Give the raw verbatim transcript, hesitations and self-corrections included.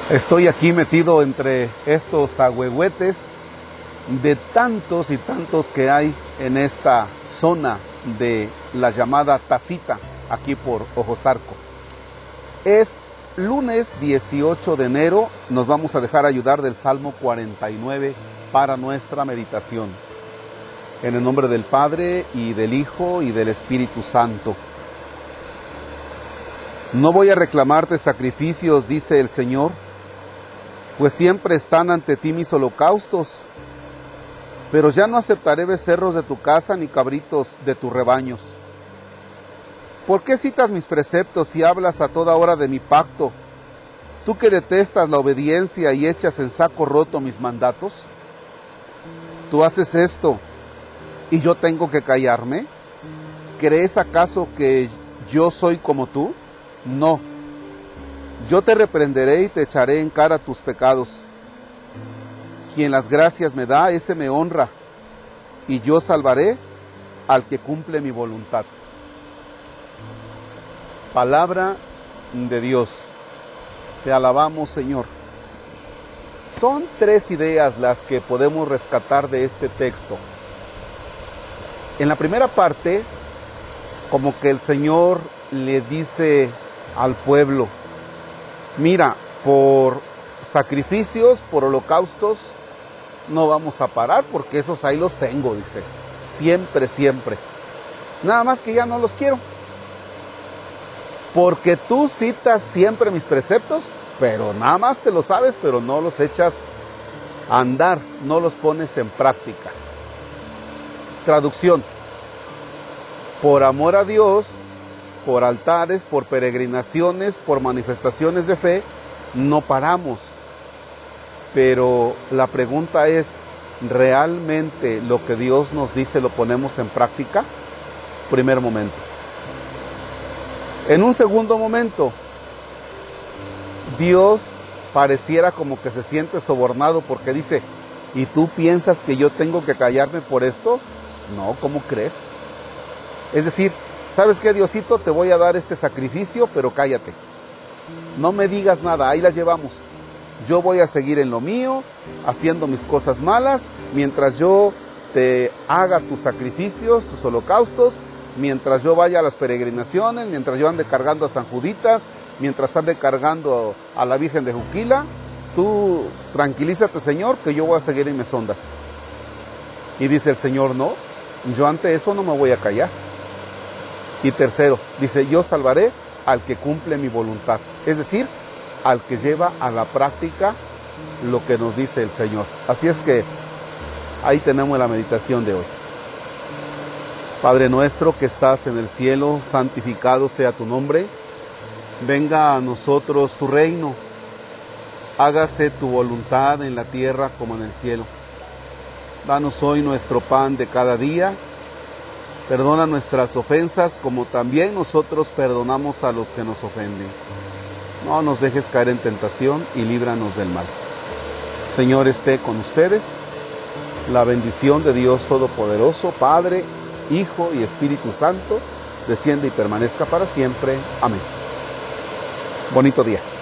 Estoy aquí metido entre estos ahuehuetes de tantos y tantos que hay en esta zona de la llamada Tacita, aquí por Ojosarco. Es lunes dieciocho de enero, nos vamos a dejar ayudar del Salmo cuarenta y nueve para nuestra meditación. En el nombre del Padre, y del Hijo, y del Espíritu Santo. No voy a reclamarte sacrificios, dice el Señor, pues siempre están ante ti mis holocaustos. Pero ya no aceptaré becerros de tu casa ni cabritos de tus rebaños. ¿Por qué citas mis preceptos y hablas a toda hora de mi pacto? Tú que detestas la obediencia y echas en saco roto mis mandatos. ¿Tú haces esto y yo tengo que callarme? ¿Crees acaso que yo soy como tú? No. Yo te reprenderé y te echaré en cara tus pecados. Quien las gracias me da, ese me honra, y yo salvaré al que cumple mi voluntad. Palabra de Dios. Te alabamos, Señor. Son tres ideas las que podemos rescatar de este texto. En la primera parte, como que el Señor le dice al pueblo: mira, por sacrificios, por holocaustos, no vamos a parar porque esos ahí los tengo, dice. Siempre, siempre. Nada más que ya no los quiero. Porque tú citas siempre mis preceptos, pero nada más te lo sabes, pero no los echas a andar, no los pones en práctica. Traducción. Por amor a Dios, por altares, por peregrinaciones, por manifestaciones de fe, no paramos. Pero la pregunta es, ¿realmente lo que Dios nos dice lo ponemos en práctica? Primer momento. En un segundo momento, Dios pareciera como que se siente sobornado porque dice: ¿y tú piensas que yo tengo que callarme por esto? No, ¿cómo crees? Es decir, ¿sabes qué, Diosito? Te voy a dar este sacrificio, pero cállate. No me digas nada, ahí la llevamos. Yo voy a seguir en lo mío, haciendo mis cosas malas, mientras yo te haga tus sacrificios, tus holocaustos, mientras yo vaya a las peregrinaciones, mientras yo ande cargando a San Juditas, mientras ande cargando a la Virgen de Juquila, tú tranquilízate, Señor, que yo voy a seguir en mis ondas. Y dice el Señor: no, yo ante eso no me voy a callar. Y tercero, dice: yo salvaré al que cumple mi voluntad. Es decir, al que lleva a la práctica lo que nos dice el Señor. Así es que ahí tenemos la meditación de hoy. Padre nuestro que estás en el cielo, santificado sea tu nombre. Venga a nosotros tu reino. Hágase tu voluntad en la tierra como en el cielo. Danos hoy nuestro pan de cada día. Perdona nuestras ofensas como también nosotros perdonamos a los que nos ofenden. No nos dejes caer en tentación y líbranos del mal. Señor esté con ustedes. La bendición de Dios Todopoderoso, Padre, Hijo y Espíritu Santo, desciende y permanezca para siempre. Amén. Bonito día.